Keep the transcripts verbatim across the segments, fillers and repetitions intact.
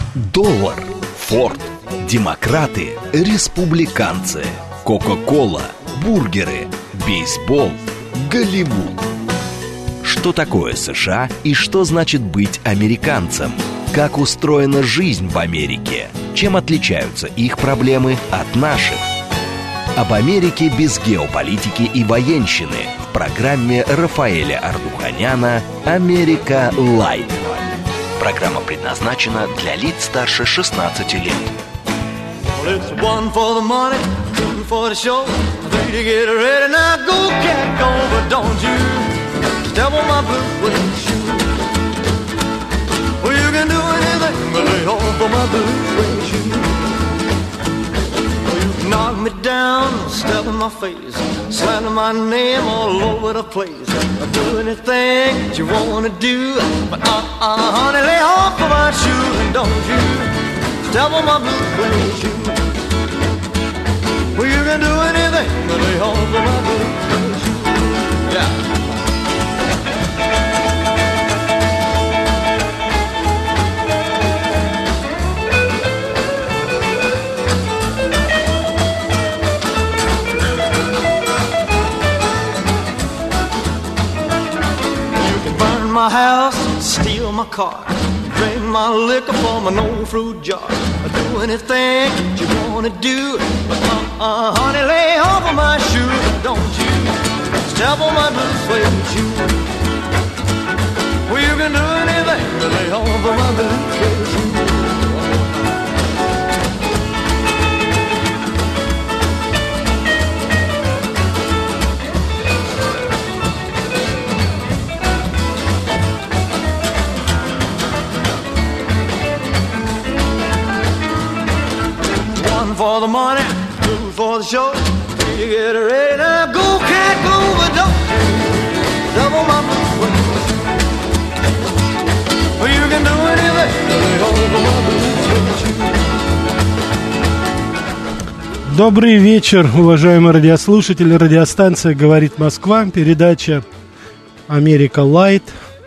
Доллар, Форд, демократы, республиканцы, Кока-кола, бургеры, бейсбол, Голливуд. Что такое США и что значит быть американцем? Как устроена жизнь в Америке? Чем отличаются их проблемы от наших? Об Америке без геополитики и военщины в программе Рафаэля Ардуханяна «Америка Лайт». Программа предназначена для лиц старше шестнадцати лет. Knock me down, step in my face, slander my name all over the place. I'll do anything that you wanna do, but uh-uh, honey, lay off of my shoes and don't you step on my blue suede shoe. Well, you can do anything but lay off of my blue suede shoe. Yeah. My house, steal my car, drink my liquor from an old fruit jar. Do anything that you wanna do, but uh-uh, honey, lay off of my shoes, don't you step on my blue suede shoe. Well, you can do anything but lay off of my blue suede shoe. For the money, two for the show. You get ready now, go cat, go, but don't double my blue. Well, you can do anything, Добрый вечер, уважаемые радиослушатели. Радиостанция «Говорит Москва», передача «Америка Лайт».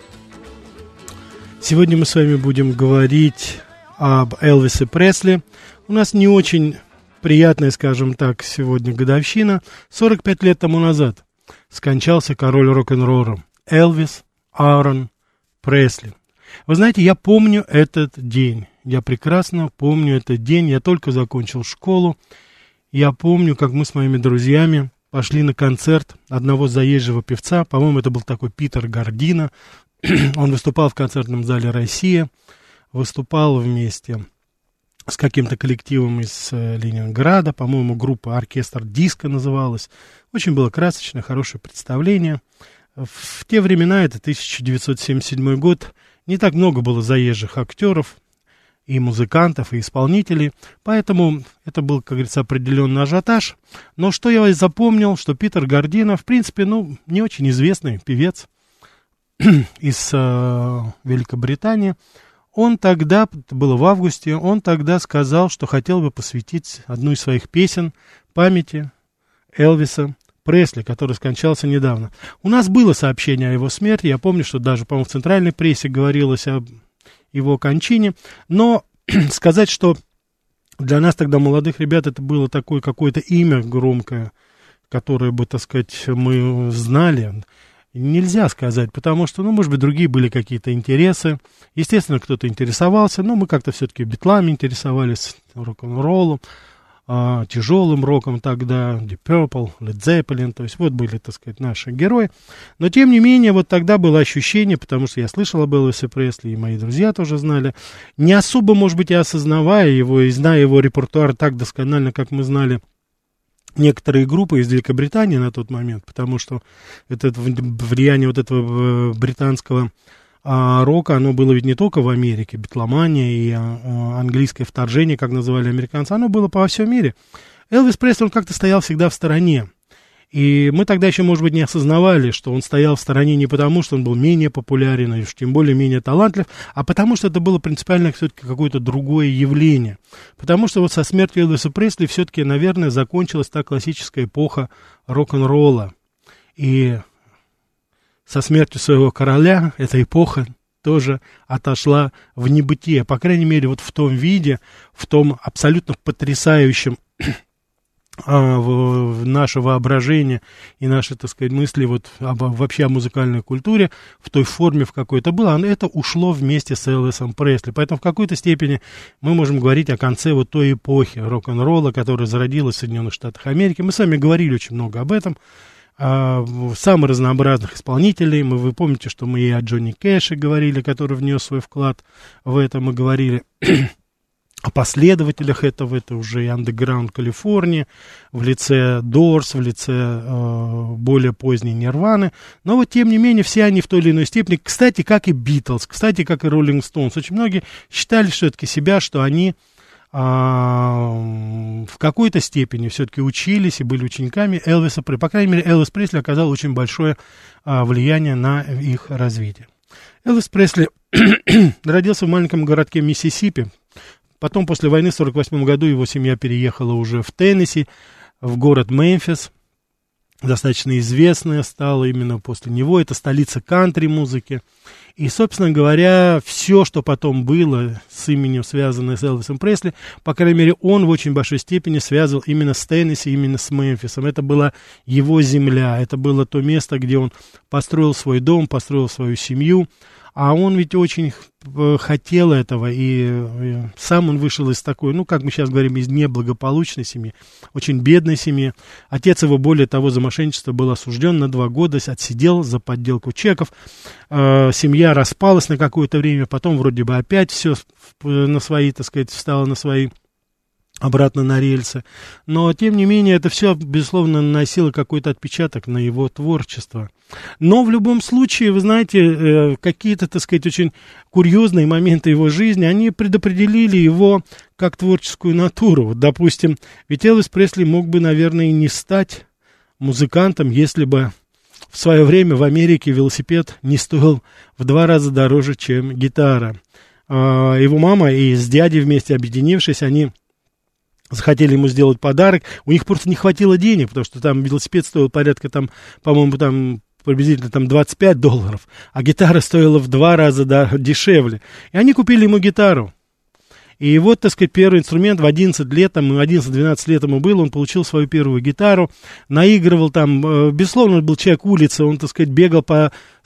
Сегодня мы с вами будем говорить об Элвисе Пресли. У нас не очень приятная, скажем так, сегодня годовщина. сорок пять лет тому назад скончался король рок-н-ролла Элвис Аарон Пресли. Вы знаете, я помню этот день. Я прекрасно помню этот день. Я только закончил школу. Я помню, как мы с моими друзьями пошли на концерт одного заезжего певца. По-моему, это был такой Питер Гардино. Он выступал в концертном зале «Россия». Выступал вместе с каким-то коллективом из э, Ленинграда, по-моему, группа «Оркестр Диско» называлась. Очень было красочное, хорошее представление. В те времена, это тысяча девятьсот семьдесят седьмой год, не так много было заезжих актеров, и музыкантов, и исполнителей, поэтому это был, как говорится, определенный ажиотаж. Но что я запомнил, что Питер Гардино, в принципе, ну, не очень известный певец из э, Великобритании. Он тогда, это было в августе, он тогда сказал, что хотел бы посвятить одну из своих песен памяти Элвиса Пресли, который скончался недавно. У нас было сообщение о его смерти, я помню, что даже, по-моему, в центральной прессе говорилось о его кончине, но сказать, что для нас тогда, молодых ребят, это было такое какое-то имя громкое, которое бы, так сказать, мы знали, нельзя сказать, потому что, ну, может быть, другие были какие-то интересы. Естественно, кто-то интересовался, но мы как-то все-таки битлами интересовались, рок-н-роллом, а, тяжелым роком тогда, Deep Purple, Led Zeppelin, то есть вот были, так сказать, наши герои. Но, тем не менее, вот тогда было ощущение, потому что я слышал об Элвисе Пресли, и мои друзья тоже знали, не особо, может быть, и осознавая его, и зная его репертуар так досконально, как мы знали некоторые группы из Великобритании на тот момент, потому что это влияние вот этого британского а, рока, оно было ведь не только в Америке, битломания и а, английское вторжение, как называли американцы, оно было по всему мире. Элвис Пресли, он как-то стоял всегда в стороне. И мы тогда еще, может быть, не осознавали, что он стоял в стороне не потому, что он был менее популярен, и уж тем более менее талантлив, а потому что это было принципиально все-таки какое-то другое явление. Потому что вот со смертью Элвиса Пресли все-таки, наверное, закончилась та классическая эпоха рок-н-ролла. И со смертью своего короля эта эпоха тоже отошла в небытие, по крайней мере, вот в том виде, в том абсолютно потрясающем а, в, в наше воображение и наши, так сказать, мысли вот об, вообще о музыкальной культуре, в той форме, в какой это было, это ушло вместе с Элвисом Пресли. Поэтому в какой-то степени мы можем говорить о конце вот той эпохи рок-н-ролла, которая зародилась в Соединенных Штатах Америки. Мы с вами говорили очень много об этом. Самых разнообразных исполнителей. Мы, вы помните, что мы и о Джонни Кэше говорили, который внес свой вклад в это. Мы говорили о последователях этого. Это уже и Underground California в лице Doors, в лице э, более поздней Нирваны. Но вот, тем не менее, все они в той или иной степени, кстати, как и Битлз, кстати, как и Rolling Stones, очень многие считали все-таки себя, что они в какой-то степени все-таки учились и были учениками Элвиса Пресли. По крайней мере, Элвис Пресли оказал очень большое а, влияние на их развитие. Элвис Пресли родился в маленьком городке Миссисипи. Потом, после войны, в сорок восьмом году, его семья переехала уже в Теннесси, в город Мемфис. Достаточно известная стала именно после него. Это столица кантри-музыки. И, собственно говоря, все, что потом было с именем, связанное с Элвисом Пресли, по крайней мере, он в очень большой степени связывал именно с Теннесси, именно с Мемфисом. Это была его земля, это было то место, где он построил свой дом, построил свою семью. А он ведь очень хотел этого, и, и сам он вышел из такой, ну, как мы сейчас говорим, из неблагополучной семьи, очень бедной семьи. Отец его, более того, за мошенничество был осужден на два года, отсидел за подделку чеков. Э, семья распалась на какое-то время, потом вроде бы опять все на свои, так сказать, встало на свои, обратно на рельсы. Но, тем не менее, это все, безусловно, наносило какой-то отпечаток на его творчество. Но, в любом случае, вы знаете, какие-то, так сказать, очень курьезные моменты его жизни, они предопределили его как творческую натуру. Вот, допустим, ведь Элвис Пресли мог бы, наверное, и не стать музыкантом, если бы в свое время в Америке велосипед не стоил в два раза дороже, чем гитара. Его мама и с дядей вместе объединившись, они захотели ему сделать подарок, у них просто не хватило денег, потому что там велосипед стоил порядка, там, по-моему, там приблизительно там двадцать пять долларов, а гитара стоила в два раза да, дешевле. И они купили ему гитару. И вот, так сказать, первый инструмент в одиннадцать лет, там, одиннадцать-двенадцать лет ему было, он получил свою первую гитару, наигрывал там, безусловно, он был человек улицы, он, так сказать, бегал по,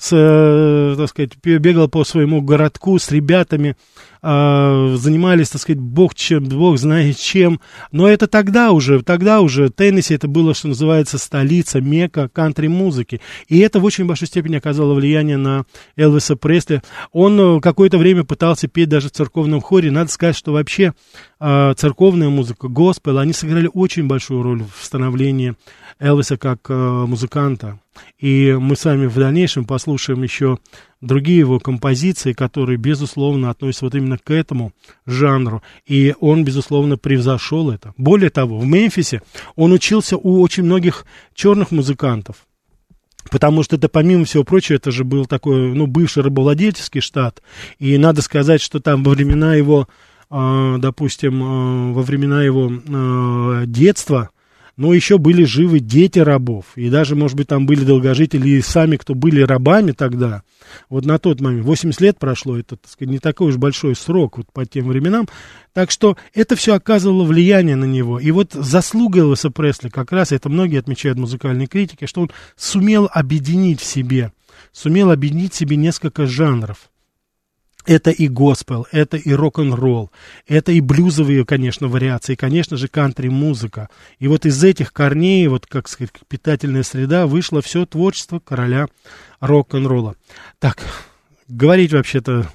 с, так сказать, бегал по своему городку с ребятами, занимались, так сказать, бог чем, бог знает чем, но это тогда уже, тогда уже Теннесси это было, что называется, столица, мекка кантри-музыки, и это в очень большой степени оказало влияние на Элвиса Пресли. Он какое-то время пытался петь даже в церковном хоре, надо сказать, что вообще церковная музыка, госпел, они сыграли очень большую роль в становлении Элвиса как музыканта. И мы с вами в дальнейшем послушаем еще другие его композиции, которые, безусловно, относятся вот именно к этому жанру. И он, безусловно, превзошел это. Более того, в Мемфисе он учился у очень многих черных музыкантов. Потому что это, помимо всего прочего, это же был такой, ну, бывший рабовладельческий штат. И надо сказать, что там во времена его, э, допустим, э, во времена его э, детства, но еще были живы дети рабов, и даже, может быть, там были долгожители и сами, кто были рабами тогда, вот на тот момент, восемьдесят лет прошло, это, так сказать, не такой уж большой срок вот по тем временам, так что это все оказывало влияние на него, и вот заслуга Элвиса Пресли, как раз это многие отмечают музыкальные критики, что он сумел объединить в себе, сумел объединить в себе несколько жанров. Это и госпел, это и рок-н-ролл, это и блюзовые, конечно, вариации, и, конечно же, кантри-музыка. И вот из этих корней, вот, как сказать, питательная среда, вышло все творчество короля рок-н-ролла. Так, говорить вообще-то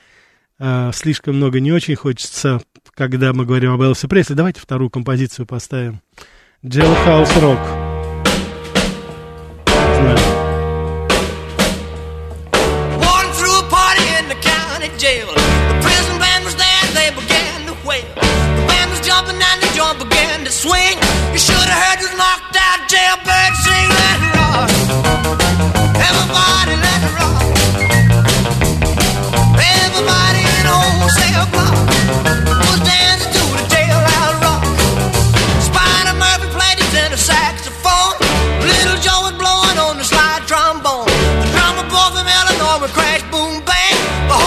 э, слишком много не очень хочется, когда мы говорим об Элвисе Пресли. Давайте вторую композицию поставим. Jailhouse Rock. Знаю. Jail. The prison band was there, they began to wail. The band was jumping and the joint began to swing. You should have heard this knocked out jailbird sing. Let it rock, everybody let it rock. Everybody in the whole cell block was dancing to the jailhouse rock. Spider Murphy played his tenor saxophone. Little Joe was blowing on the slide trombone. The drummer boy from Illinois would crash, boom, bang. The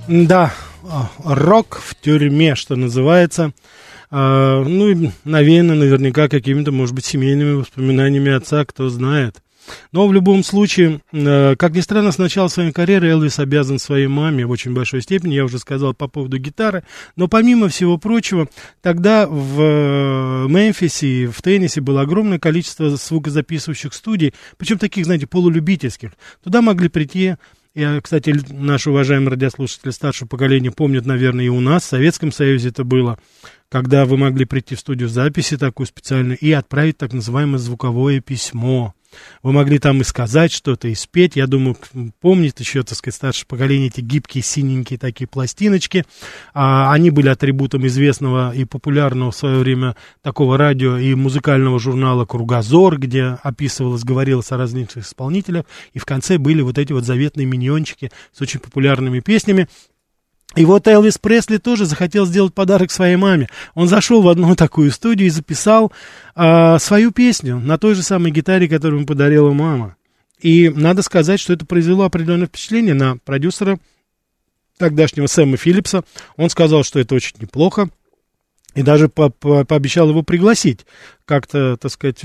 Да, рок в тюрьме, что называется. А, ну, и навеяно наверняка какими-то, может быть, семейными воспоминаниями отца, кто знает. Но в любом случае, э, как ни странно, с начала своей карьеры Элвис обязан своей маме в очень большой степени, я уже сказал по поводу гитары, но помимо всего прочего, тогда в Мемфисе и в Теннесси было огромное количество звукозаписывающих студий, причем таких, знаете, полулюбительских. Туда могли прийти, и, кстати, наши уважаемые радиослушатели старшего поколения помнят, наверное, и у нас, в Советском Союзе это было, когда вы могли прийти в студию записи такую специальную и отправить так называемое звуковое письмо. Вы могли там и сказать что-то, и спеть. Я думаю, помнит еще, так сказать, старшее поколение эти гибкие синенькие такие пластиночки. А, они были атрибутом известного и популярного в свое время такого радио и музыкального журнала «Кругозор», где описывалось, говорилось о различных исполнителях. И в конце были вот эти вот заветные миньончики с очень популярными песнями. И вот Элвис Пресли тоже захотел сделать подарок своей маме. Он зашел в одну такую студию и записал а, свою песню на той же самой гитаре, которую ему подарила мама. И надо сказать, что это произвело определенное впечатление на продюсера тогдашнего Сэма Филлипса. Он сказал, что это очень неплохо. И даже по по пообещал его пригласить как-то, так сказать,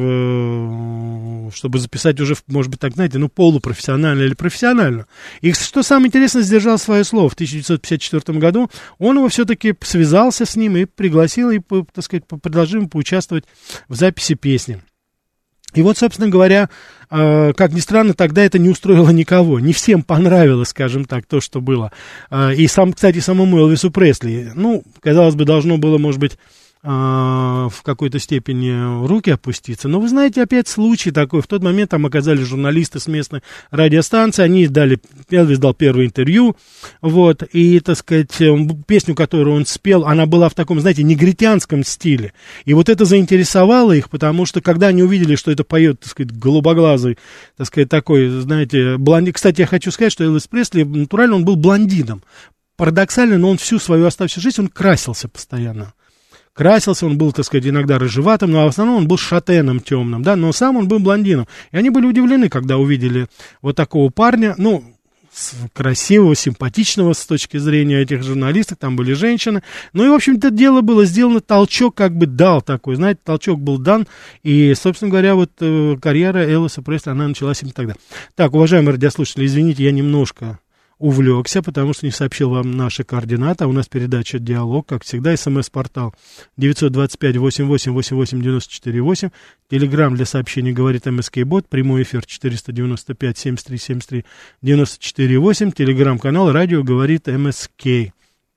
в, чтобы записать уже, может быть, так, знаете, ну, полупрофессионально или профессионально. И что самое интересное, сдержал свое слово. В тысяча девятьсот пятьдесят четвёртом году он его все-таки связался с ним и пригласил, и, так сказать, предложил ему поучаствовать в записи песни. И вот, собственно говоря, э, как ни странно, тогда это не устроило никого. Не всем понравилось, скажем так, то, что было. Э, и, сам, кстати, самому Элвису Пресли, ну, казалось бы, должно было, может быть, э, в какой-то степени руки опуститься. Но вы знаете, опять случай такой. В тот момент там оказались журналисты с местной радиостанции. Они дали, Элвис дал первое интервью. Вот, и, так сказать, песню, которую он спел, она была в таком, знаете, негритянском стиле. И вот это заинтересовало их, потому что, когда они увидели, что это поет, так сказать, голубоглазый, так сказать, такой, знаете, блондин. Кстати, я хочу сказать, что Элвис Пресли, натурально, он был блондином. Парадоксально, но он всю свою оставшуюся жизнь, он красился постоянно. Красился, он был, так сказать, иногда рыжеватым, но в основном он был шатеном темным, да, но сам он был блондином. И они были удивлены, когда увидели вот такого парня, ну, красивого, симпатичного с точки зрения этих журналистов, там были женщины. Ну и, в общем-то, дело было сделано, толчок как бы дал такой, знаете, толчок был дан, и, собственно говоря, вот э, карьера Элвиса Пресли, она началась именно тогда. Так, уважаемые радиослушатели, извините, я немножко увлекся, потому что не сообщил вам наши координаты, а у нас передача «Диалог», как всегда, смс-портал девять два пять восемь восемь восемь восемь девять четыре восемь, телеграмм для сообщений «Говорит МСК-бот», прямой эфир четыреста девяносто пять семьдесят три семьдесят три девяносто четыре восемь, телеграм-канал «Радио говорит МСК».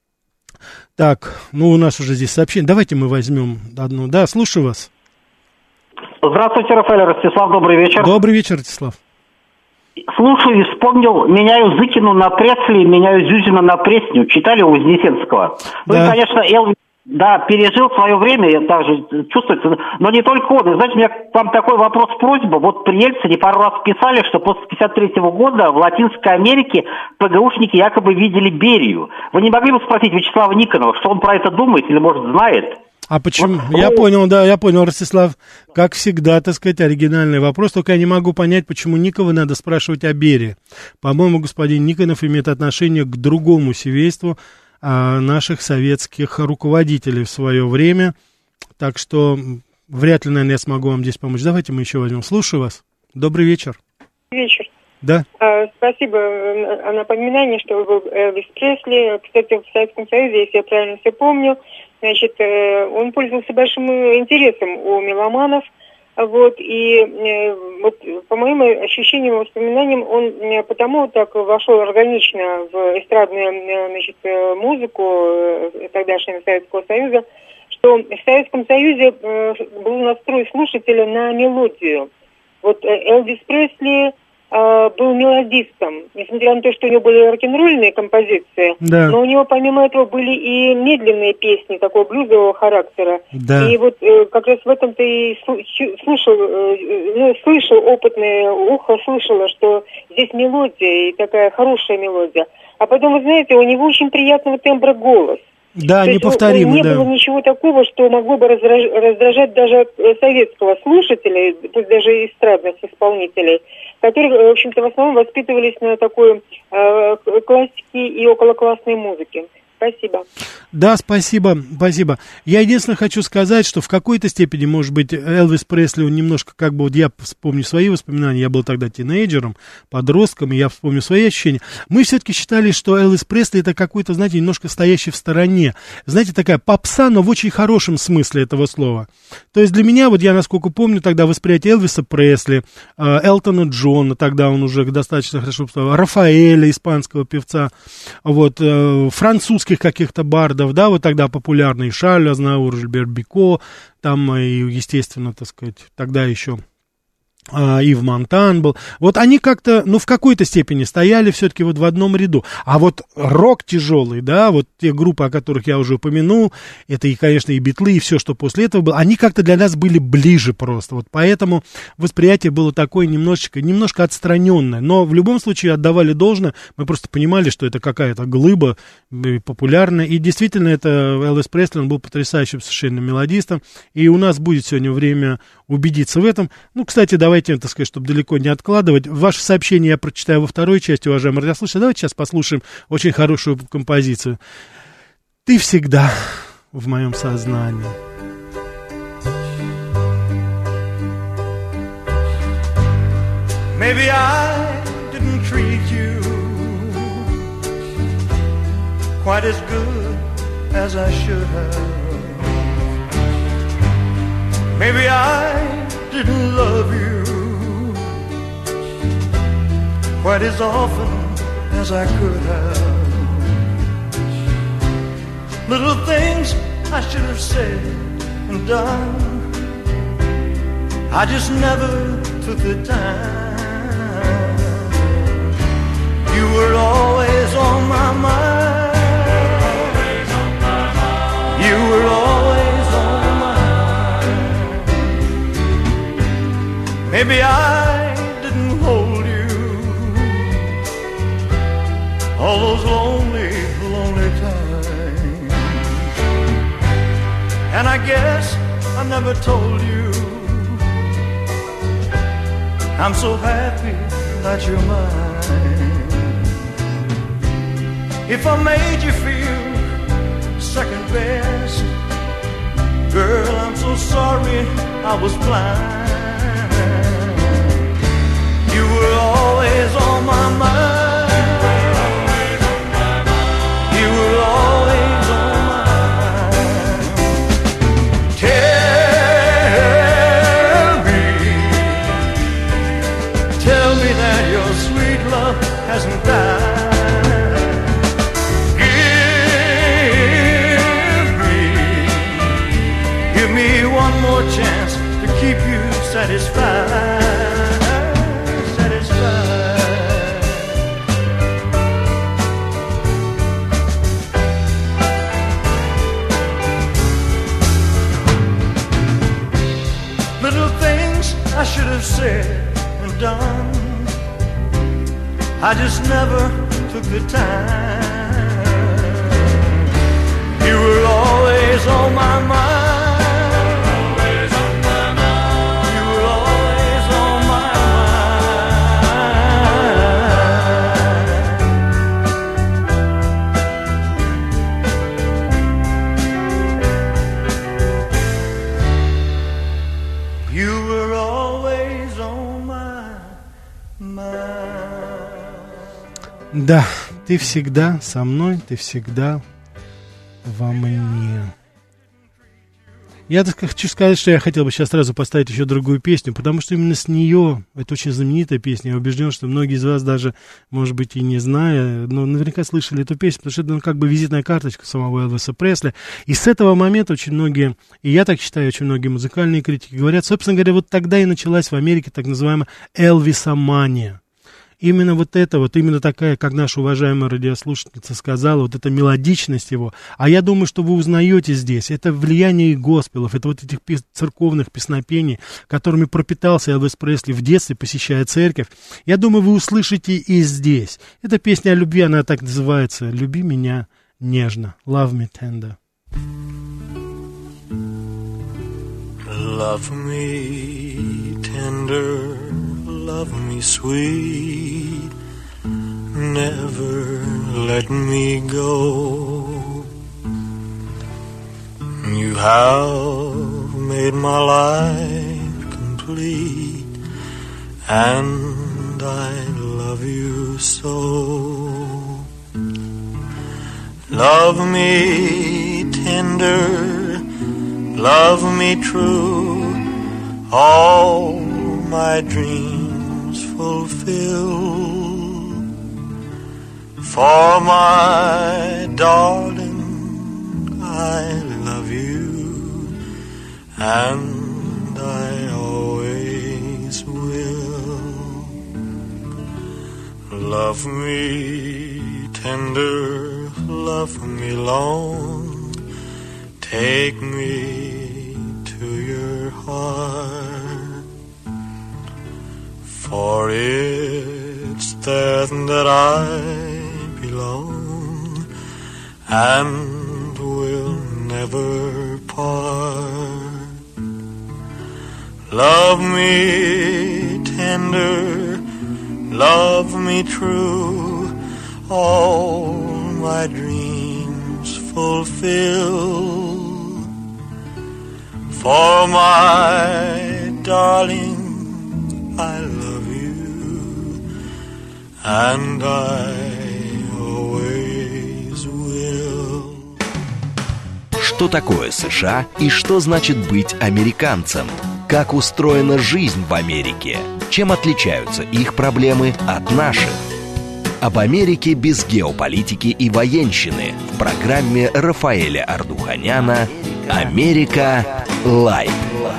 Так, ну у нас уже здесь сообщение, давайте мы возьмем одну, да, слушаю вас. Здравствуйте, Рафаэль, Ростислав, добрый вечер. Добрый вечер, Ростислав. Слушаю и вспомнил, меняю Зыкину на Пресли, меняю Зюзина на Пресню. Читали у Вознесенского? Ну да. И, конечно, Элвис, да, пережил свое время, это также чувствуется, но не только он. И, знаете, у меня к вам такой вопрос-просьба. Вот при Ельцине пару раз писали, что после пятьдесят третьего года в Латинской Америке ПГУшники якобы видели Берию. Вы не могли бы спросить Вячеслава Никонова, что он про это думает или, может, знает? А почему? Вот, я понял, да, я понял, Ростислав. Как всегда, так сказать, оригинальный вопрос. Только я не могу понять, почему Никова надо спрашивать о Берии. По-моему, господин Никонов имеет отношение к другому семейству а, наших советских руководителей в свое время. Так что вряд ли, наверное, я смогу вам здесь помочь. Давайте мы еще возьмем. Слушаю вас. Добрый вечер. Вечер. Да. А, спасибо о напоминании, что вы был Элвис Пресли. Кстати, в Советском Союзе, если я правильно все помню, значит, он пользовался большим интересом у меломанов. Вот, и вот, по моим ощущениям и воспоминаниям, он потому так вошел органично в эстрадную, значит, музыку тогдашнего Советского Союза, что в Советском Союзе был настрой слушателя на мелодию. Вот Элвис Пресли был мелодистом, несмотря на то, что у него были рок-н-ролльные композиции, да. Но у него помимо этого были и медленные песни такого блюзового характера. Да. И вот э, как раз в этом-то и слушал, э, ну, слышал, опытное ухо слышало, что здесь мелодия, и такая хорошая мелодия. А потом, вы знаете, у него очень приятного тембра голос. Да, То неповторимый, не да. было ничего такого, что могло бы раздражать, раздражать даже советского слушателя, пусть даже эстрадных исполнителей, которые, в общем-то, в основном воспитывались на такой э, классике и околоклассной музыке. Спасибо. Да, спасибо, спасибо. Я единственное хочу сказать, что в какой-то степени, может быть, Элвис Пресли, он немножко, как бы, вот я вспомню свои воспоминания, я был тогда тинейджером, подростком, и я вспомню свои ощущения. Мы все-таки считали, что Элвис Пресли это какой-то, знаете, немножко стоящий в стороне. Знаете, такая попса, но в очень хорошем смысле этого слова. То есть для меня, вот я, насколько помню, тогда восприятие Элвиса Пресли, э, Элтона Джона, тогда он уже достаточно хорошо поставил, Рафаэля, испанского певца, вот, э, французских каких-то бардов, да, вот тогда популярный Шарль Азнаур, Жильбер Бико, там, и, естественно, так сказать, тогда еще а, Ив Монтан был. Вот они как-то, ну, в какой-то степени стояли все-таки вот в одном ряду. А вот рок тяжелый, да, вот те группы, о которых я уже упомянул, это, и, конечно, и Битлы, и все, что после этого было, они как-то для нас были ближе просто. Вот поэтому восприятие было такое немножечко, немножко отстраненное. Но в любом случае отдавали должное. Мы просто понимали, что это какая-то глыба популярная. И действительно, это Элвис Пресли, он был потрясающим совершенно мелодистом. И у нас будет сегодня время убедиться в этом. Ну, кстати, давайте, так сказать, чтобы далеко не откладывать. Ваше сообщение я прочитаю во второй части, уважаемые радиослушатели. Давайте сейчас послушаем очень хорошую композицию. «Ты всегда в моем сознании». Maybe I didn't treat you quite as good as I should have. Maybe I didn't love you quite as often as I could have. Little things I should have said and done, I just never took the time. You were always on my mind. You were always on my mind. Maybe I didn't hold you all those lonely, lonely times. And I guess I never told you I'm so happy that you're mine. If I made you feel second best, girl, I'm so sorry I was blind. You were always on my mind. You were always on my mind. Tell me, tell me that your sweet love hasn't died. Chance to keep you satisfied, satisfied. Little things I should have said and done, I just never took the time. You were always on my mind. Да, ты всегда со мной, ты всегда во мне. Я так хочу сказать, что я хотел бы сейчас сразу поставить еще другую песню, потому что именно с нее, это очень знаменитая песня, я убежден, что многие из вас даже, может быть, и не зная, но наверняка слышали эту песню, потому что это ну, как бы визитная карточка самого Элвиса Пресли. И с этого момента очень многие, и я так считаю, очень многие музыкальные критики говорят, собственно говоря, вот тогда и началась в Америке так называемая Элвисомания. Именно вот это, вот именно такая, как наша уважаемая радиослушательница сказала, вот эта мелодичность его. А я думаю, что вы узнаете здесь, это влияние госпелов, это вот этих пес- церковных песнопений, которыми пропитался Элвис Пресли в детстве, посещая церковь. Я думаю, вы услышите и здесь. Эта песня о любви, она так называется «Люби меня, нежно. Love me tender. Love me tender, love me sweet, never let me go. You have made my life complete, and I love you so. Love me tender, love me true, all my dreams fulfill. For my darling, I love you, and I always will. Love me tender, love me long, take me to your heart, for it's there that I belong and will never part. Love me tender, love me true, all my dreams fulfill. For my darling, I love you, and I always will. Что такое США и что значит быть американцем? Как устроена жизнь в Америке? Чем отличаются их проблемы от наших? Об Америке без геополитики и военщины в программе Рафаэля Ардуханяна «Америка Лайв».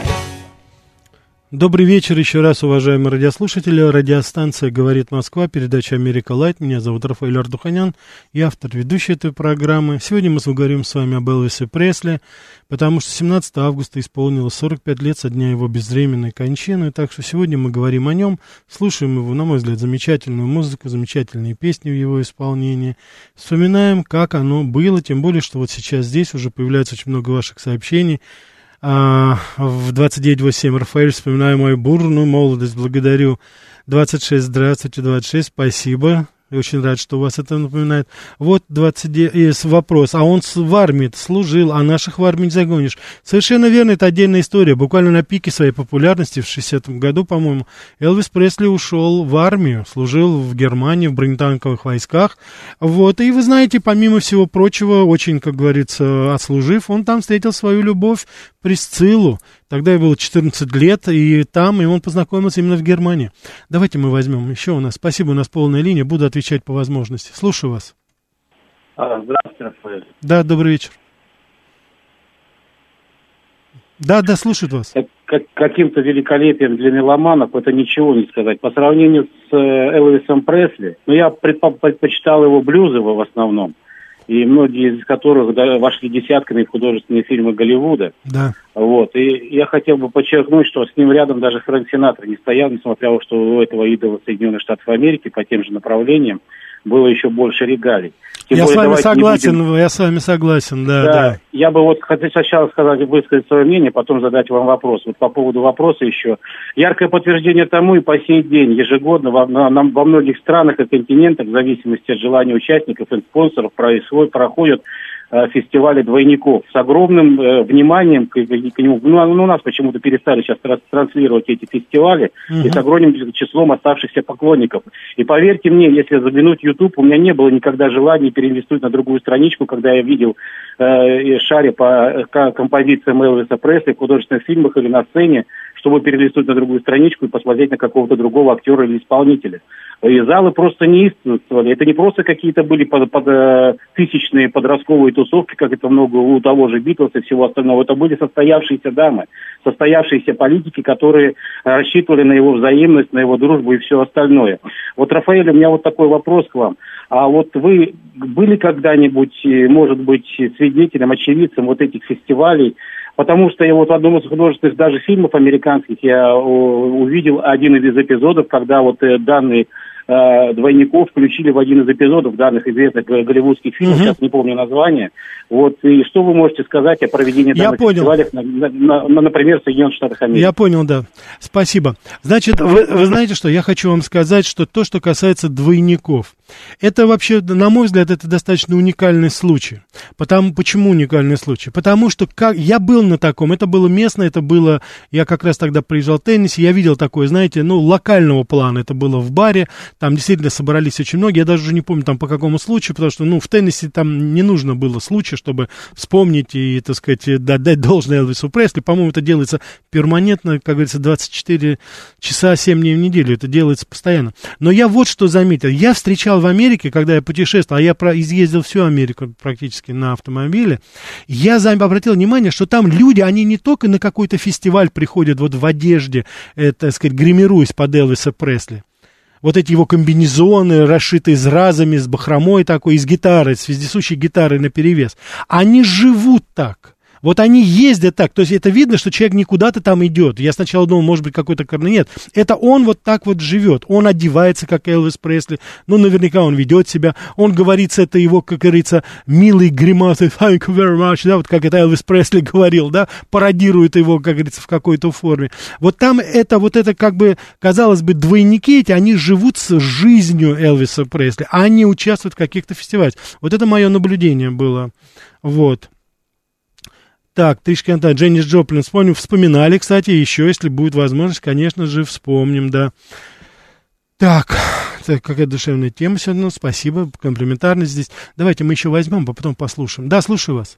Добрый вечер еще раз, уважаемые радиослушатели. Радиостанция «Говорит Москва», передача «Америка Лайт». Меня зовут Рафаэль Ардуханян, я автор, ведущий этой программы. Сегодня мы поговорим с вами об Элвисе Пресли, потому что семнадцатого августа исполнилось сорок пять лет со дня его безвременной кончины. Так что сегодня мы говорим о нем, слушаем его, на мой взгляд, замечательную музыку, замечательные песни в его исполнении. Вспоминаем, как оно было, тем более, что вот сейчас здесь уже появляется очень много ваших сообщений. А, в двадцать девять восемьдесят семь Рафаэль, вспоминаю мою бурную молодость, благодарю. Двадцать шесть, здравствуйте, двадцать шесть, спасибо. Я очень рад, что у вас это напоминает. Вот двадцать девять, есть вопрос. А он в армии служил, а наших в армии не загонишь. Совершенно верно, это отдельная история. Буквально на пике своей популярности в шестидесятом году, по-моему, Элвис Пресли ушел в армию, служил в Германии, в бронетанковых войсках. Вот, и вы знаете, помимо всего прочего, очень, как говорится, отслужив, он там встретил свою любовь, Присциллу. Тогда ей было четырнадцать лет, и там, и он познакомился именно в Германии. Давайте мы возьмем еще у нас. Спасибо, у нас полная линия, буду отвечать по возможности. Слушаю вас. А, здравствуйте, Рафаэль. Да, добрый вечер. Да, да, слушают вас. Как, как, каким-то великолепием для меломанов это ничего не сказать. По сравнению с э, Элвисом Пресли, ну, я предпо- предпочитал его блюзово в основном, и многие из которых да, вошли десятками в художественные фильмы Голливуда. Да. Вот. И я хотел бы подчеркнуть, что с ним рядом даже Фрэнк Синатра не стоял, несмотря на то, что у этого идола Соединенных Штатов Америки по тем же направлениям было еще больше регалий. Тем я более, с вами согласен, будем... я с вами согласен, да, да, да. Я бы вот хотел сначала сказать, высказать свое мнение, потом задать вам вопрос. Вот по поводу вопроса еще. Яркое подтверждение тому и по сей день, ежегодно во, на, на, во многих странах и континентах, в зависимости от желания участников и спонсоров, происходит, проходят э, фестивали двойников с огромным э, вниманием к, к, к нему. Ну, у нас почему-то перестали сейчас транслировать эти фестивали uh-huh. и с огромным числом оставшихся поклонников. И поверьте мне, если заглянуть в YouTube, у меня не было никогда желания перелистнуть на другую страничку, когда я видел э, шаре по э, композициям Элвиса Пресли в художественных фильмах или на сцене, чтобы перелистнуть на другую страничку и посмотреть на какого-то другого актера или исполнителя. И залы просто неистовствовали. Это не просто какие-то были под, под, э, тысячные подростковые тусовки, как это много у того же Битлса и всего остального. Это были состоявшиеся дамы, состоявшиеся политики, которые рассчитывали на его взаимность, на его дружбу и все остальное. Вот, Рафаэль, у меня вот такой вопрос к вам. А вот вы были когда-нибудь, может быть, свидетелем, очевидцем вот этих фестивалей? Потому что я вот в одном из художественных даже фильмов американских я увидел один из эпизодов, когда вот данный э, двойников включили в один из эпизодов данных известных голливудских фильмов, угу. сейчас не помню название. Вот, и что вы можете сказать о проведении данных фестивалей, на, на, на, например, в Соединенных Штатах Америки? Я понял, да. Спасибо. Значит, вы, вы знаете что, я хочу вам сказать, что то, что касается двойников, это вообще, на мой взгляд, это достаточно уникальный случай. Потому, почему уникальный случай? Потому что как, я был на таком, это было местно, это было, я как раз тогда приезжал в Теннесси, я видел такое, знаете, ну, локального плана, это было в баре, там действительно собрались очень многие, я даже уже не помню там по какому случаю, потому что, ну, в Теннесси там не нужно было случая, чтобы вспомнить и, так сказать, дать должное Элвису Пресли, по-моему, это делается перманентно, как говорится, двадцать четыре часа, семь дней в неделю, это делается постоянно. Но я вот что заметил, я встречал в Америке, когда я путешествовал, а я про, изъездил всю Америку практически на автомобиле, я обратил внимание, что там люди, они не только на какой-то фестиваль приходят вот в одежде, э, так сказать, гримируясь под Элвиса Пресли. Вот эти его комбинезоны, расшитые зразами, с бахромой такой, и с гитарой, с вездесущей гитарой наперевес. Они живут так. Вот они ездят так, то есть это видно, что человек не куда-то там идет. Я сначала думал, может быть, какой-то корный. Нет, это он вот так вот живет. Он одевается, как Элвис Пресли. Ну, наверняка он ведет себя. Он говорит, это его, как говорится, милый гримасы. Thank you very much. Да, вот как это Элвис Пресли говорил, да, пародирует его, как говорится, в какой-то форме. Вот там это, вот это, как бы, казалось бы, двойники эти, они живут с жизнью Элвиса Пресли, а они участвуют в каких-то фестивалях. Вот это мое наблюдение было. Вот. Так, тришки Антон, Дженнис Джоплин, вспомним, вспоминали, кстати, еще, если будет возможность, конечно же, вспомним, да. Так, так, какая душевная тема сегодня, ну, спасибо, комплиментарность здесь. Давайте мы еще возьмем, а потом послушаем. Да, слушаю вас.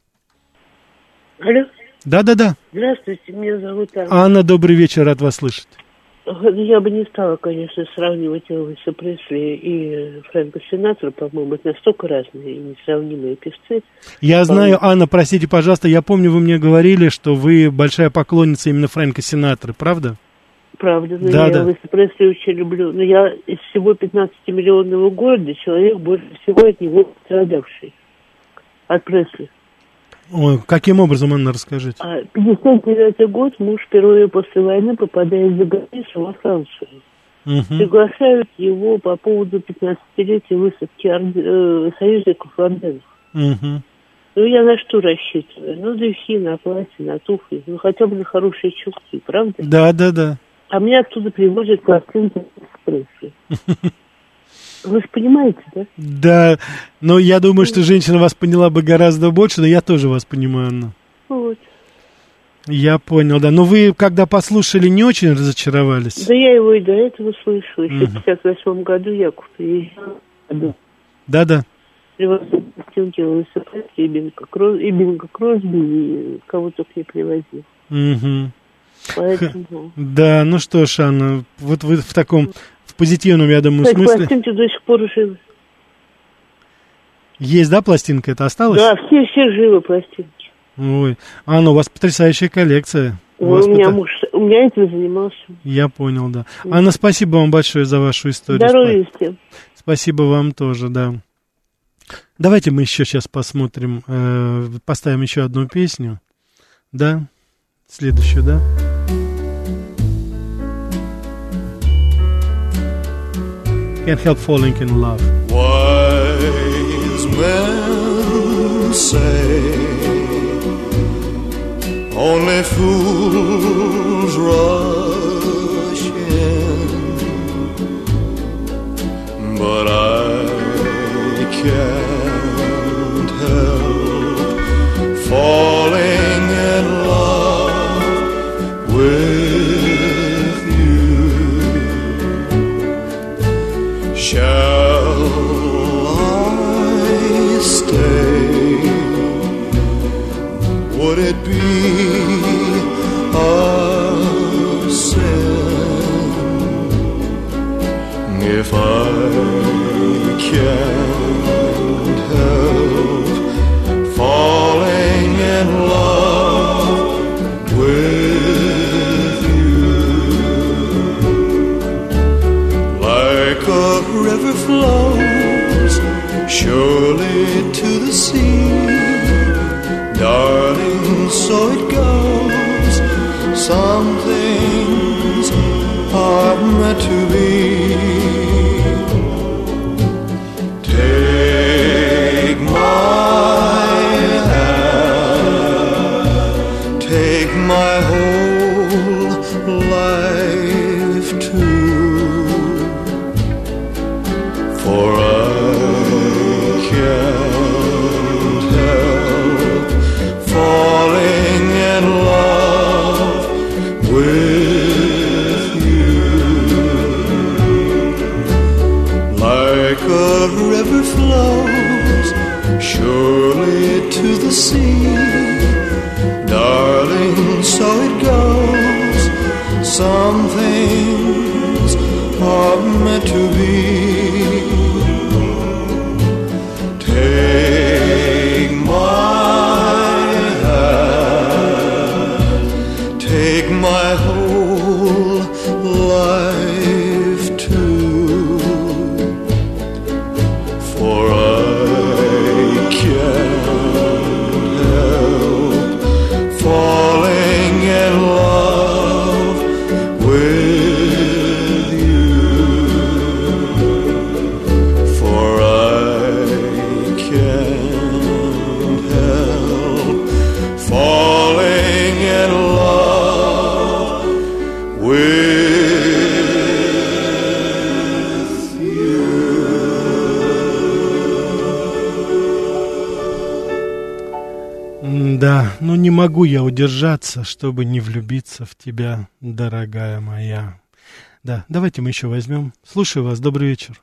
Алло. Да-да-да. Здравствуйте, меня зовут Анна. Анна, добрый вечер, рад вас слышать. Я бы не стала, конечно, сравнивать Элвиса Пресли и Фрэнка Синатра, по-моему, это настолько разные и несравнимые певцы. Я знаю, Анна, простите, пожалуйста, я помню, вы мне говорили, что вы большая поклонница именно Фрэнка Синатры, правда? Правда, но да, я да. Элвиса Пресли очень люблю. Но я из всего пятнадцатимиллионного города человек больше всего от него пострадавший. От Пресли. Ой, каким образом, Анна, расскажите? пятьдесят девятый год, муж впервые после войны попадает за границу во Францию. Угу. Приглашают его по поводу пятнадцатилетия выставки э, союзников Арденов. Угу. Ну, я на что рассчитываю? Ну, духи, на платье, на туфли, ну, хотя бы на хорошие чулки, правда? Да, да, да. А меня оттуда привозят пластинки с Пресли. Вы же понимаете, да? Да, но я думаю, что женщина вас поняла бы гораздо больше, но я тоже вас понимаю, Анна. Вот. Я понял, да. Но вы, когда послушали, не очень разочаровались? Да я его и до этого слышу. Еще в пятьдесят восьмом году я приезжала. Да-да. Привозил пластинки Элвиса Пресли, и Бинга Кросби, и Бинга Кросби, и кого только не привозил. Угу. Поэтому... Да, ну что ж, Анна, вот вы в таком... В позитивном, я думаю, Кстати, смысле. Пластинки до сих пор живы. Есть, да, пластинка это осталась? Да, все, все живы пластинки. Ой, Анна, у вас потрясающая коллекция. У, у меня пот... муж, у меня этим занимался. Я понял, да. Mm. Анна, спасибо вам большое за вашу историю. Здоровья всем. Спасибо вам тоже, да. Давайте мы еще сейчас посмотрим, э, поставим еще одну песню. Да, следующую, да. Can't help falling in love. Wise men say only fools rush in, but I can't help falling in love with you. Shall I stay? Would it be a sin if I can't help falling in love with you? Like a river flows surely to the sea, darling, so it goes. Some things are meant to be. surely to the sea. Darling, so it goes. Some things are meant to be. Take my hand, take my whole life too, for I can't help falling in love with you, for I can't help falling in love with Да, ну не могу я удержаться, чтобы не влюбиться в тебя, дорогая моя. Да, давайте мы еще возьмем. Слушаю вас, добрый вечер.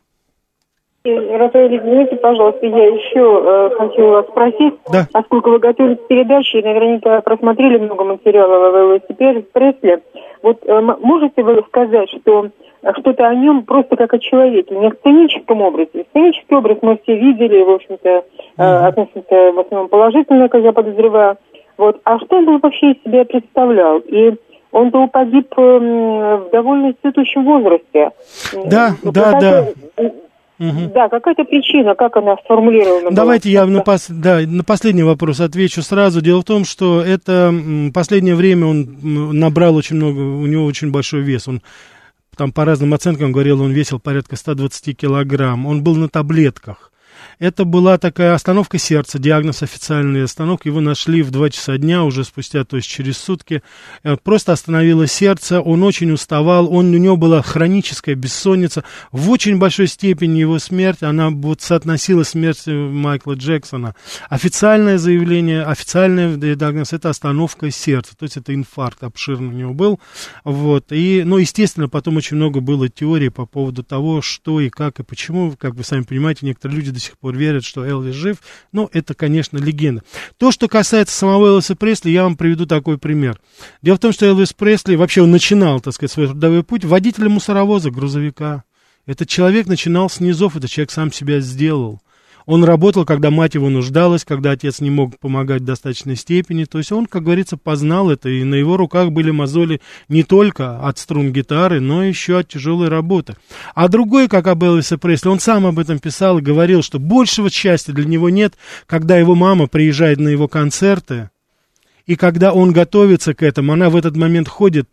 Рафаэль, извините, пожалуйста, я еще э, хочу вас спросить, да. Поскольку вы готовили к передаче и наверняка просмотрели много материалов о Элвисе Пресли, вот э, можете вы сказать, что что-то о нем просто как о человеке, не в сценическом образе. Сценический образ мы все видели, в общем-то, э, относительно в основном положительно, как я подозреваю. Вот. А что он был вообще из себя представлял? И он был погиб э, в довольно цветущем возрасте. Да, вот да, да. Угу. Да, какая-то причина, как она сформулирована. Давайте была. я на, пос, да, на последний вопрос отвечу сразу. Дело в том, что это последнее время он набрал очень много, у него очень большой вес. Он там по разным оценкам говорил, он весил порядка сто двадцать килограмм. Он был на таблетках. Это была такая остановка сердца, диагноз официальный остановка. Его нашли в два часа дня, уже спустя, то есть через сутки. Просто остановилось сердце, он очень уставал, он, у него была хроническая бессонница. В очень большой степени его смерть, она вот соотносила смерть Майкла Джексона. Официальное заявление, официальный диагноз — это остановка сердца, то есть это инфаркт обширный у него был. Вот. И, ну, естественно, потом очень много было теорий по поводу того, что и как и почему. Как вы сами понимаете, некоторые люди до сих пор верят, что Элвис жив, но это, конечно, легенда. То, что касается самого Элвиса Пресли, я вам приведу такой пример. Дело в том, что Элвис Пресли, вообще он начинал, так сказать, свой трудовой путь водителем мусоровоза, грузовика. Этот человек начинал с низов, этот человек сам себя сделал. Он работал, когда мать его нуждалась, когда отец не мог помогать в достаточной степени. То есть он, как говорится, познал это, и на его руках были мозоли не только от струн гитары, но еще от тяжелой работы. А другой, как об Элвисе Пресли, он сам об этом писал и говорил, что большего счастья для него нет, когда его мама приезжает на его концерты, и когда он готовится к этому, она в этот момент ходит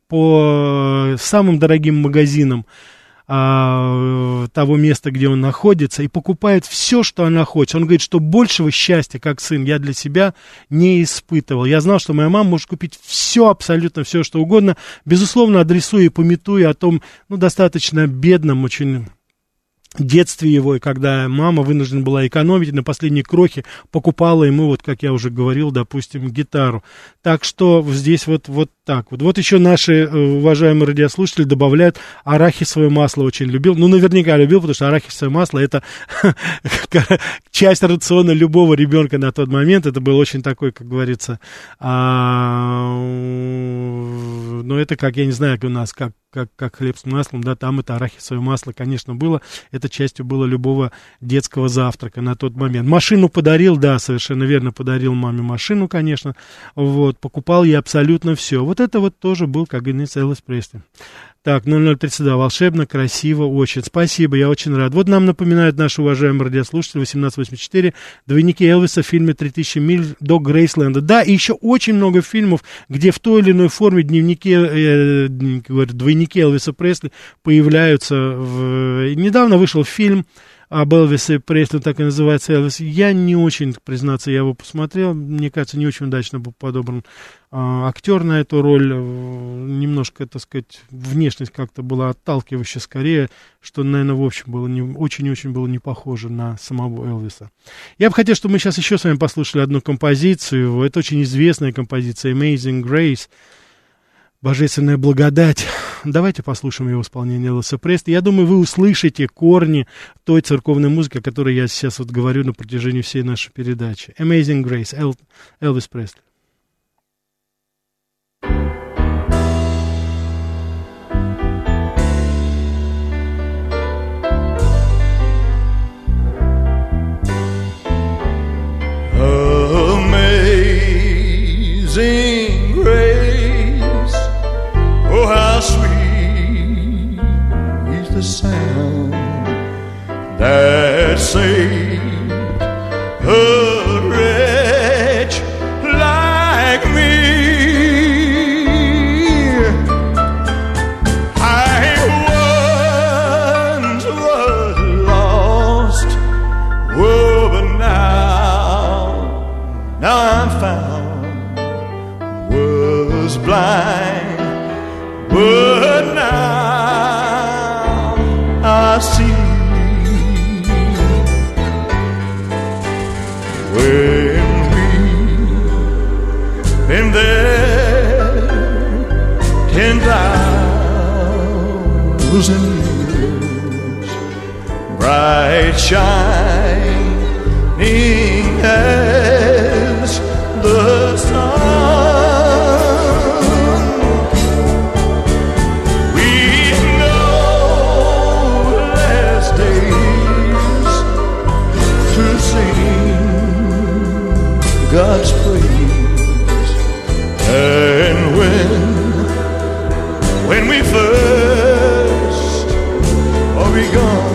по самым дорогим магазинам а, того места, где он находится, и покупает все, что она хочет. Он говорит, что большего счастья, как сын, я для себя не испытывал. Я знал, что моя мама может купить все, абсолютно все, что угодно, безусловно, адресуя и памятуя о том, ну, достаточно бедном, очень детстве его, и когда мама вынуждена была экономить, на последней крохе покупала ему, вот как я уже говорил, допустим, гитару. Так что здесь вот, вот так вот. Вот еще наши уважаемые радиослушатели добавляют, арахисовое масло очень любил. Ну, наверняка любил, потому что арахисовое масло — это часть рациона любого ребенка на тот момент. Это был очень такой, как говорится, ну, это как, я не знаю, как у нас, как Как, как хлеб с маслом, да, там это арахисовое масло, конечно, было, это частью было любого детского завтрака на тот момент. Машину подарил, да, совершенно верно, подарил маме машину, конечно, вот, покупал ей абсолютно все. Вот это вот тоже был, как говорится, Элвис Пресли. Так, ноль ноль тридцать два, волшебно, красиво, очень. Спасибо, я очень рад. Вот нам напоминают наши уважаемые радиослушатели, восемнадцать восемьдесят четыре, двойники Элвиса в фильме «Три тысячи миль до Грейсленда». Да, и еще очень много фильмов, где в той или иной форме дневники, э, говорят, двойники Элвиса Пресли появляются. В... Недавно вышел фильм об Элвисе Пресли, так и называется Элвис. Я не очень, признаться, я его посмотрел. Мне кажется, не очень удачно был подобран а, актер на эту роль. Немножко, так сказать, внешность как-то была отталкивающая скорее, что, наверное, в общем, было не, очень-очень было не похоже на самого Элвиса. Я бы хотел, чтобы мы сейчас еще с вами послушали одну композицию. Это очень известная композиция «Amazing Grace». «Божественная благодать». Давайте послушаем его исполнение Элвиса Пресли. Я думаю, вы услышите корни той церковной музыки, о которой я сейчас вот говорю на протяжении всей нашей передачи. Amazing Grace, Эл, Элвис Пресли. Amazing grace, oh how sweet is the sound that saved a wretch like me. I once was lost, oh but now, now I'm found. Was blind, but now I see. When we've been there ten thousand years, bright shining as the sun. God's praise, and when, when we first are begun,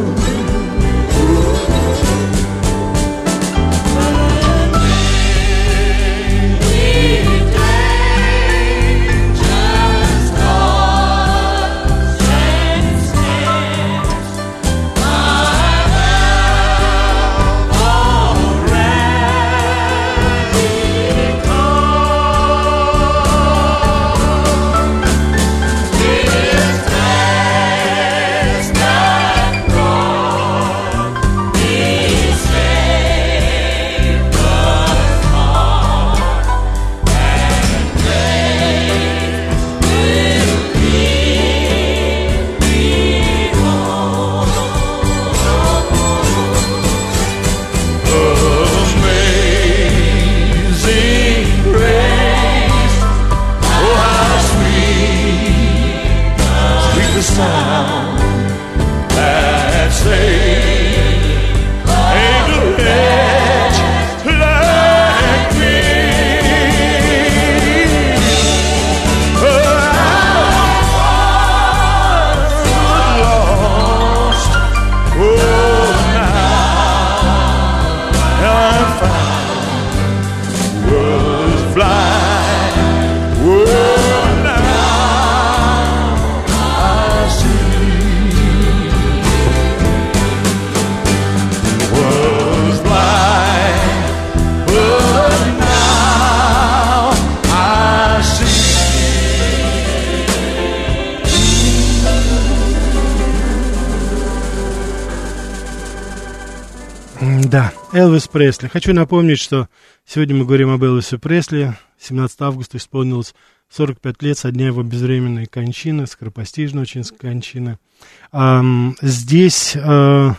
Да, Элвис Пресли. Хочу напомнить, что сегодня мы говорим об Элвисе Пресли. семнадцатого августа исполнилось сорок пять лет со дня его безвременной кончины, скоропостижной очень кончины. А, здесь... А,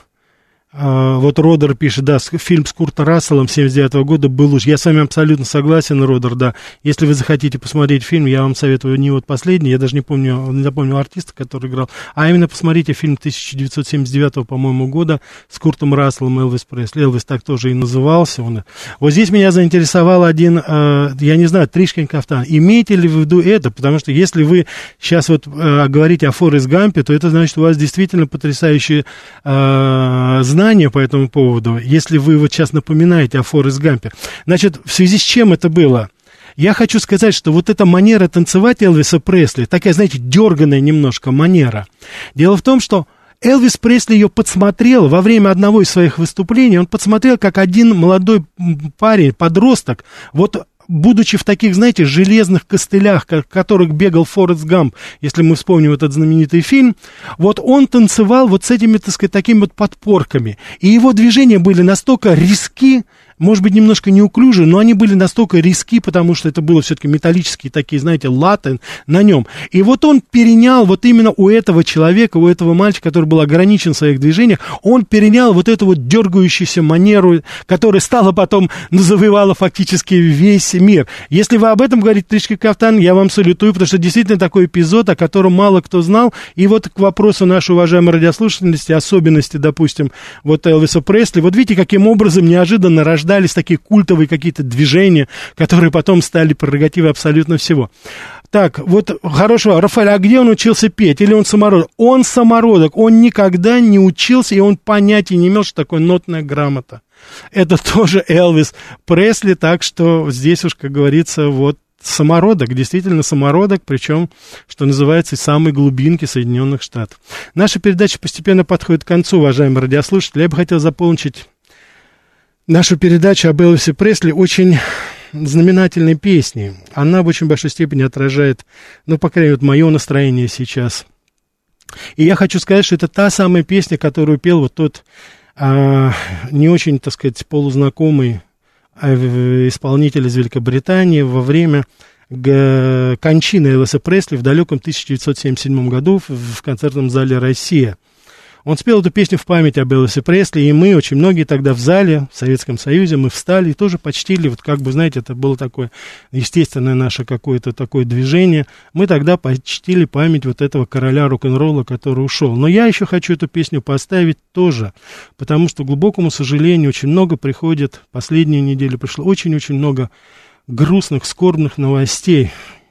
Uh, вот Родер пишет, да, фильм с Куртом Расселом семьдесят девятого года был лучше. Я с вами абсолютно согласен, Родер, да. Если вы захотите посмотреть фильм, я вам советую не вот последний, я даже не помню, не запомнил артиста, который играл, а именно посмотрите фильм тысяча девятьсот семьдесят девятого, по-моему, года с Куртом Расселом, Элвис Пресли. Элвис так тоже и назывался. Он. Вот здесь меня заинтересовал один, uh, я не знаю, Тришкин кафтан. Имеете ли в виду это? Потому что если вы сейчас вот uh, говорите о Форрест Гампе, то это значит, у вас действительно потрясающие uh, знания по этому поводу, если вы вот сейчас напоминаете о Форрест Гампе. Значит, в связи с чем это было? Я хочу сказать, что вот эта манера танцевать Элвиса Пресли, такая, знаете, дерганая немножко манера. Дело в том, что Элвис Пресли ее подсмотрел во время одного из своих выступлений, он подсмотрел, как один молодой парень, подросток, вот будучи в таких, знаете, железных костылях, в которых бегал Форрест Гамп, если мы вспомним этот знаменитый фильм, вот он танцевал вот с этими, так сказать, такими вот подпорками. И его движения были настолько риски, может быть, немножко неуклюжие, но они были настолько резки, потому что это было все-таки металлические такие, знаете, латы на нем. И вот он перенял вот именно у этого человека, у этого мальчика, который был ограничен в своих движениях, он перенял вот эту вот дергающуюся манеру, которая стала потом, завоевала фактически весь мир. Если вы об этом говорите, Тришка Кафтан, я вам салютую, потому что действительно такой эпизод, о котором мало кто знал. И вот к вопросу нашей уважаемой радиослушательности, особенности, допустим, вот Элвиса Пресли, вот видите, каким образом неожиданно рождались такие культовые какие-то движения, которые потом стали прерогативой абсолютно всего. Так, вот хорошо, Рафаэль, а где он учился петь? Или он самородок? Он самородок, он никогда не учился, и он понятия не имел, что такое нотная грамота. Это тоже Элвис Пресли, так что здесь уж, как говорится, вот самородок, действительно самородок, причем, что называется, из самой глубинки Соединенных Штатов. Наша передача постепенно подходит к концу, уважаемые радиослушатели. Я бы хотел заполнить нашу передачу об Элвисе Пресли очень знаменательной песней. Она в очень большой степени отражает, ну, по крайней мере, мое настроение сейчас. И я хочу сказать, что это та самая песня, которую пел вот тот а, не очень, так сказать, полузнакомый исполнитель из Великобритании во время г- кончины Элвиса Пресли в далеком тысяча девятьсот семьдесят седьмом году в, в концертном зале «Россия». Он спел эту песню в память об Элвисе Пресли, и мы, очень многие тогда в зале, в Советском Союзе, мы встали и тоже почтили, вот как бы, знаете, это было такое естественное наше какое-то такое движение. Мы тогда почтили память вот этого короля рок-н-ролла, который ушел. Но я еще хочу эту песню поставить тоже, потому что, к глубокому сожалению, очень много приходит, последнюю неделю пришло очень-очень много грустных, скорбных новостей.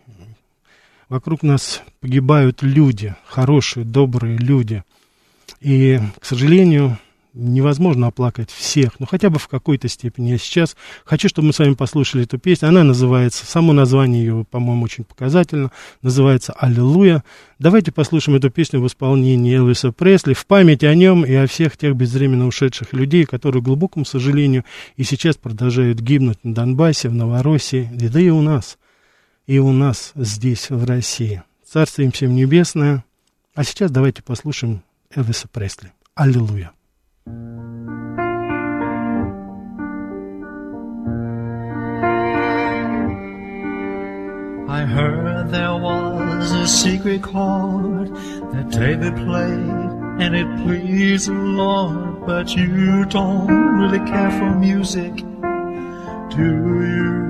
Вокруг нас погибают люди, хорошие, добрые люди. И, к сожалению, невозможно оплакать всех, но хотя бы в какой-то степени. Я сейчас хочу, чтобы мы с вами послушали эту песню. Она называется, само название ее, по-моему, очень показательно, называется «Аллилуйя». Давайте послушаем эту песню в исполнении Элвиса Пресли в память о нем и о всех тех безвременно ушедших людей, которые, к глубокому сожалению, и сейчас продолжают гибнуть на Донбассе, в Новороссии, да и у нас, и у нас здесь, в России. Царствие им всем небесное. А сейчас давайте послушаем Элвиса Пресли. Аллилуйя. I heard there was a secret chord that David played and it pleased the Lord, but you don't really care for music, do you?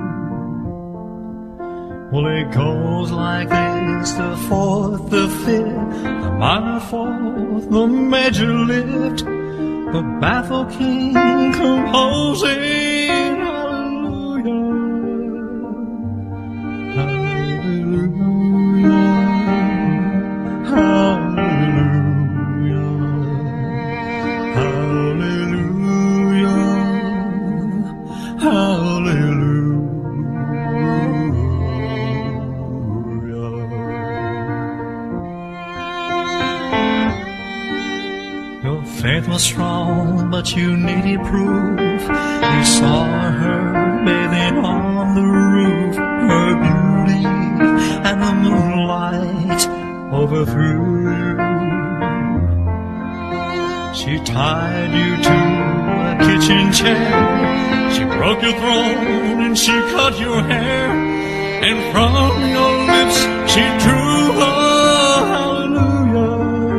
Well, it goes like this, the fourth, the fifth, the minor fourth, the major lift, the baffled king composing, hallelujah, hallelujah, hallelujah, hallelujah, hallelujah. Faith was strong, but you needed proof. You saw her bathing on the roof. Her beauty and the moonlight overthrew you. She tied you to a kitchen chair. She broke your throne and she cut your hair. And from your lips she drew a hallelujah.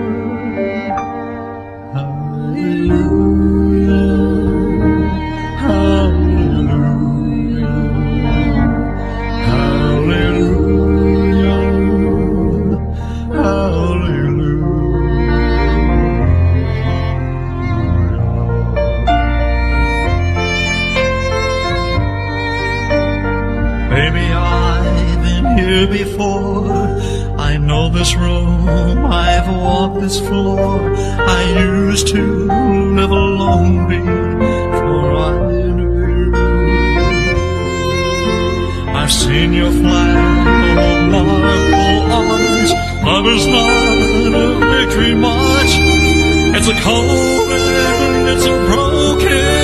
Before I know this room, I've walked this floor. I used to live alone before I knew. I've seen your flag on marble arch. Love is not a victory march. It's a cold and it's a broken.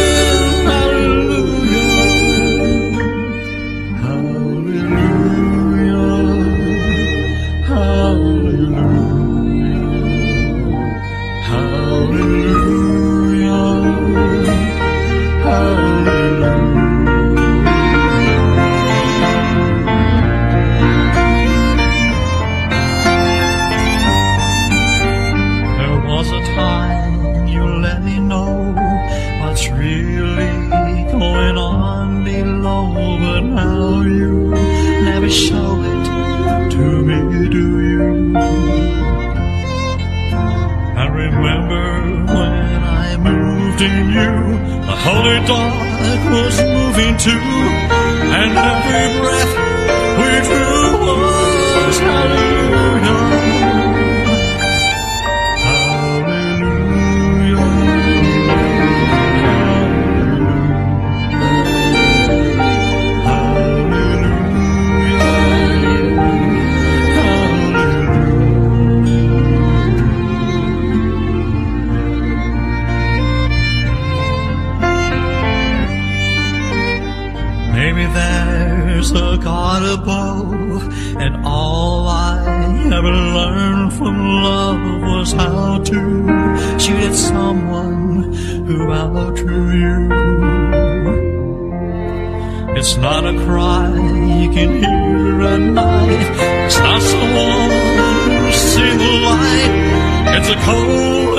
Hallelujah, hallelujah. holy dark was moving too, and every breath we drew was hallelujah. There's a God above, and all I ever learned from love was how to shoot at someone who outdrew you. It's not a cry you can hear at night. It's not someone who's seen the light. It's a cold